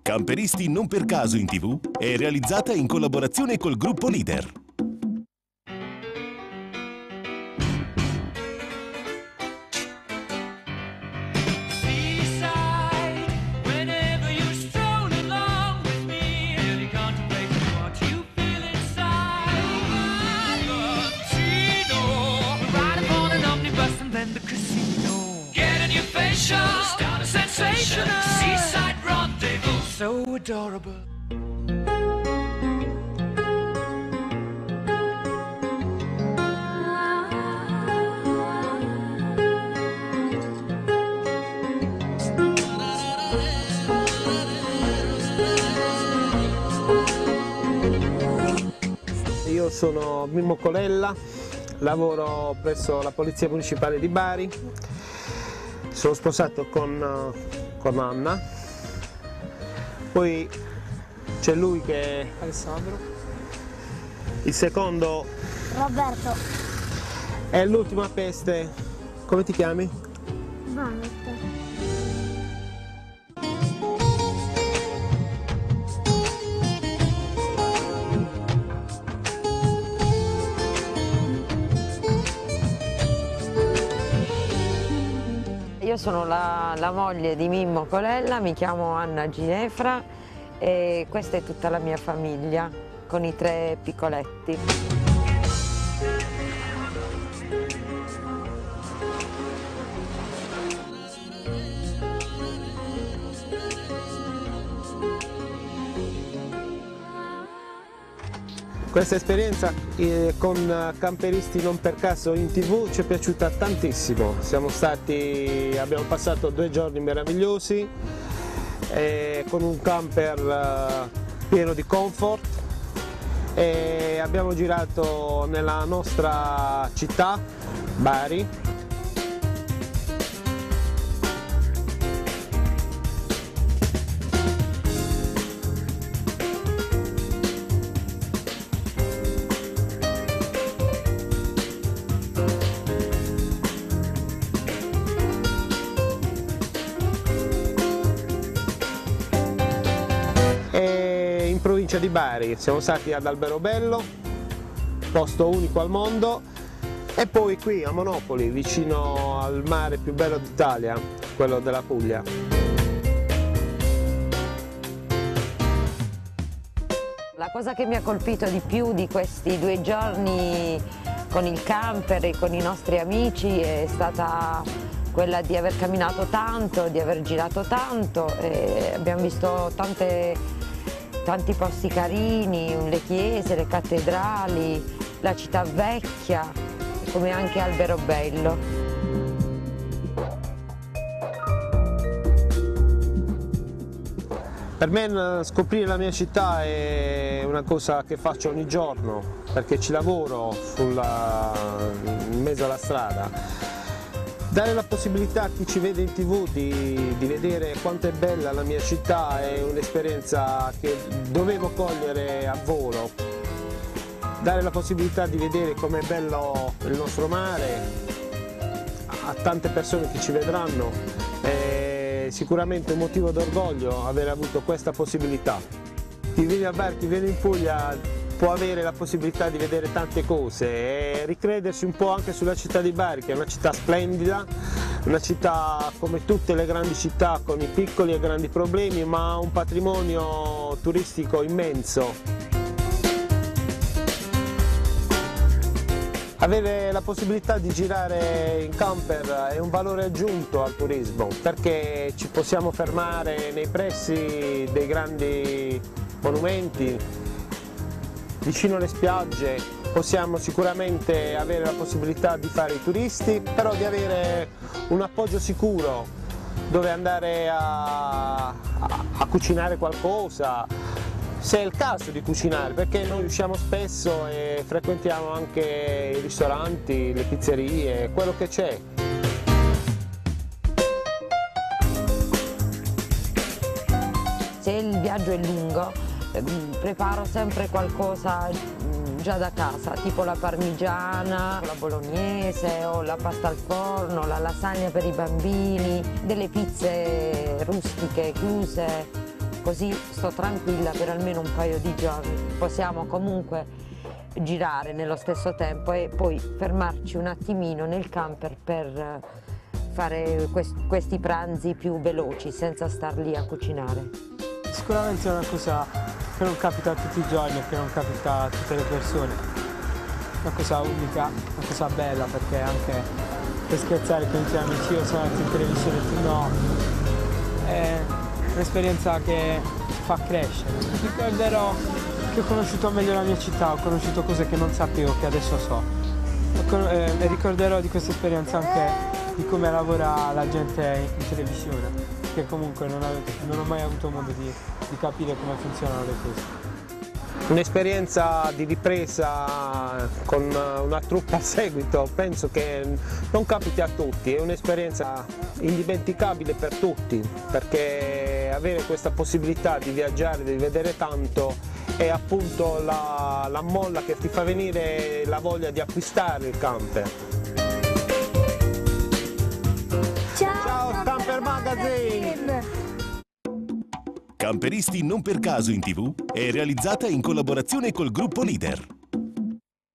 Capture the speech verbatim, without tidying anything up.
Camperisti non per caso in tivù è realizzata in collaborazione col gruppo Leader. So adorable. Io sono Mimmo Colella, lavoro presso la Polizia Municipale di Bari, sono sposato con, con Anna. Poi c'è lui che è Alessandro. Il secondo Roberto. è l'ultima peste. Come ti chiami? Vanet. Io sono la, la moglie di Mimmo Colella, mi chiamo Anna Ginefra e questa è tutta la mia famiglia con i tre piccoletti. Questa esperienza eh, con Camperisti non per caso in tivù ci è piaciuta tantissimo. Siamo stati, abbiamo passato due giorni meravigliosi eh, con un camper eh, pieno di comfort e abbiamo girato nella nostra città, Bari. E in provincia di Bari siamo stati ad Alberobello, posto unico al mondo, e poi qui a Monopoli, vicino al mare più bello d'Italia, quello della Puglia. La cosa che mi ha colpito di più di questi due giorni con il camper e con i nostri amici è stata quella di aver camminato tanto, di aver girato tanto, e abbiamo visto tante, tanti posti carini, le chiese, le cattedrali, la città vecchia, come anche Alberobello. Per me scoprire la mia città è una cosa che faccio ogni giorno, perché ci lavoro sulla, in mezzo alla strada. Dare la possibilità a chi ci vede in tivù di, di vedere quanto è bella la mia città è un'esperienza che dovevo cogliere a volo. Dare la possibilità di vedere com'è bello il nostro mare a tante persone che ci vedranno è sicuramente un motivo d'orgoglio aver avuto questa possibilità. Chi viene a Bari, chi viene in Puglia può avere la possibilità di vedere tante cose e ricredersi un po' anche sulla città di Bari, che è una città splendida, una città come tutte le grandi città con i piccoli e grandi problemi, ma ha un patrimonio turistico immenso. Avere la possibilità di girare in camper è un valore aggiunto al turismo, perché ci possiamo fermare nei pressi dei grandi monumenti, vicino alle spiagge. Possiamo sicuramente avere la possibilità di fare i turisti, però di avere un appoggio sicuro dove andare a, a, a cucinare qualcosa, se è il caso di cucinare, perché noi usciamo spesso e frequentiamo anche i ristoranti, le pizzerie, quello che c'è. Se il viaggio è lungo, preparo sempre qualcosa già da casa, tipo la parmigiana, la bolognese o la pasta al forno, la lasagna per i bambini, delle pizze rustiche chiuse. così sto tranquilla per almeno un paio di giorni. Possiamo comunque girare nello stesso tempo e poi fermarci un attimino nel camper per fare quest- questi pranzi più veloci senza star lì a cucinare. Sicuramente è una cosa che non capita tutti i giorni e che non capita a tutte le persone. Una cosa unica, una cosa bella, perché anche per scherzare con i tuoi amici, io sono andato in televisione, tu no. È un'esperienza che fa crescere. Ricorderò che ho conosciuto meglio la mia città, ho conosciuto cose che non sapevo, che adesso so. E ricorderò di questa esperienza anche di come lavora la gente in televisione, che comunque non, avevo, non ho mai avuto modo di, di capire come funzionano le cose. Un'esperienza di ripresa con una troupe a seguito penso che non capiti a tutti, è un'esperienza indimenticabile per tutti, perché avere questa possibilità di viaggiare, di vedere tanto, è appunto la, la molla che ti fa venire la voglia di acquistare il camper. Ciao, Ciao Camper Magazine! Camperisti non per caso in tivù è realizzata in collaborazione col gruppo Leader.